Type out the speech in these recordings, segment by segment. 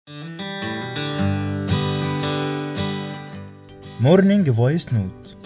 مورنينج فويس نوت.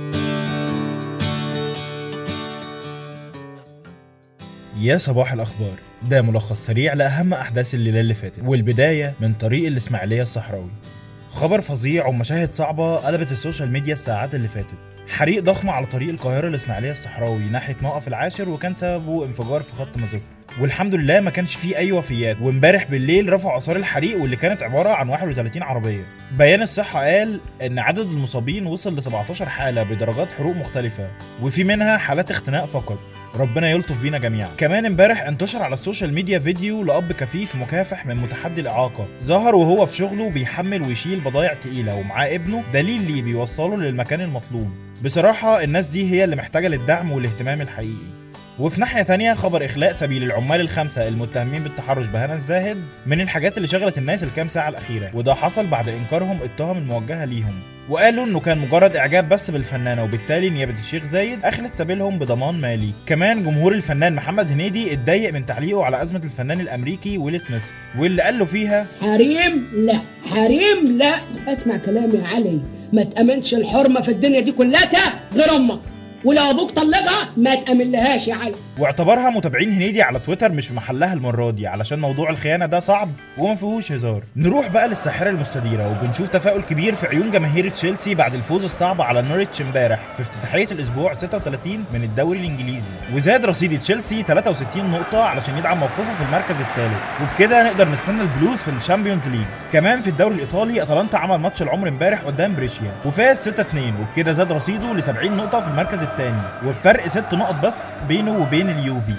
يا صباح الأخبار، ده ملخص سريع لأهم أحداث الليلة اللي فاتت، والبداية من طريق الإسماعيلية الصحراوي. خبر فظيع ومشاهد صعبة قلبت السوشيال ميديا الساعات اللي فاتت. حريق ضخم على طريق القاهرة الإسماعيلية الصحراوي ناحية موقف العاشر، وكان سببه انفجار في خط مازوت، والحمد لله ما كانش فيه أي وفيات. وامبارح بالليل رفعوا آثار الحريق واللي كانت عبارة عن 31 عربية. بيان الصحة قال إن عدد المصابين وصل ل 17 حالة بدرجات حروق مختلفة، وفي منها حالات اختناق فقط. ربنا يلطف بينا جميعا. كمان امبارح انتشر على السوشيال ميديا فيديو لأب كفيف مكافح من متحدي الإعاقة، ظهر وهو في شغله بيحمل ويشيل بضايع تقيلة ومعاه ابنه، دليل ليه بيوصله للمكان المطلوب. بصراحة الناس دي هي اللي محتاجة للدعم والاهتمام الحقيقي. وفي ناحية تانية، خبر إخلاء سبيل العمال الخمسة المتهمين بالتحرش بهنا الزاهد من الحاجات اللي شغلت الناس الكام ساعة الأخيرة، وده حصل بعد إنكارهم التهم الموجهة ليهم، وقالوا إنه كان مجرد إعجاب بس بالفنانة، وبالتالي نيابة الشيخ زايد أخلت سبيلهم بضمان مالي. كمان جمهور الفنان محمد هنيدي اتضايق من تعليقه على أزمة الفنان الأمريكي ويل سميث، واللي قال له فيها: حريم لا، حريم لا. اسمع كلامي يا علي، ما تأمنش الحرمة في الدنيا دي كلها غير أمك، ولو ابوك طلقها ما تأمنلهاش يا علي. واعتبرها متابعين هنيدي على تويتر مش في محلها المرة دي، علشان موضوع الخيانة ده صعب وما فيهوش هزار. نروح بقى للساحرة المستديرة، وبنشوف تفاؤل كبير في عيون جماهير تشيلسي بعد الفوز الصعب على نوريتش امبارح في افتتاحية الاسبوع 36 من الدوري الانجليزي، وزاد رصيد تشيلسي 63 نقطة علشان يدعم موقفه في المركز الثالث، وبكده نقدر نستنى البلوز في الشامبيونز ليج. كمان في الدوري الايطالي اتلانتا عمل ماتش العمر امبارح قدام بريشيا وفاز 6-2، وبكده زاد رصيده ل 70 نقطة في المركز الثاني، وبفرق 6 نقط بس بينه وبين اليوفي.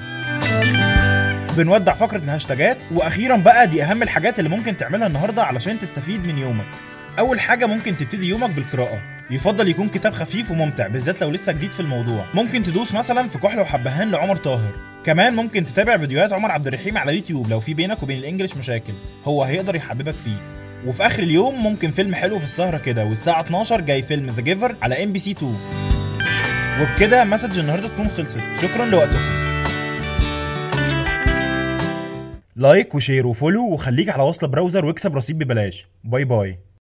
بنودع فقرة الهاشتاجات، واخيرا بقى دي اهم الحاجات اللي ممكن تعملها النهارده علشان تستفيد من يومك. اول حاجة ممكن تبتدي يومك بالقراءة، يفضل يكون كتاب خفيف وممتع بالذات لو لسه جديد في الموضوع. ممكن تدوس مثلا في كحل وحبهان لعمر طاهر. كمان ممكن تتابع فيديوهات عمر عبد الرحيم على يوتيوب لو في بينك وبين الانجليش مشاكل، هو هيقدر يحببك فيه. وفي اخر اليوم ممكن فيلم حلو في السهرة كده، والساعة 12 جاي فيلم ذا جيفر على MBC 2. وبكده مسج النهارده تكون خلصت. شكرا لوقتكم. لايك وشير وفولو، وخليك على وصل براوزر واكسب رصيد ببلاش. باي باي.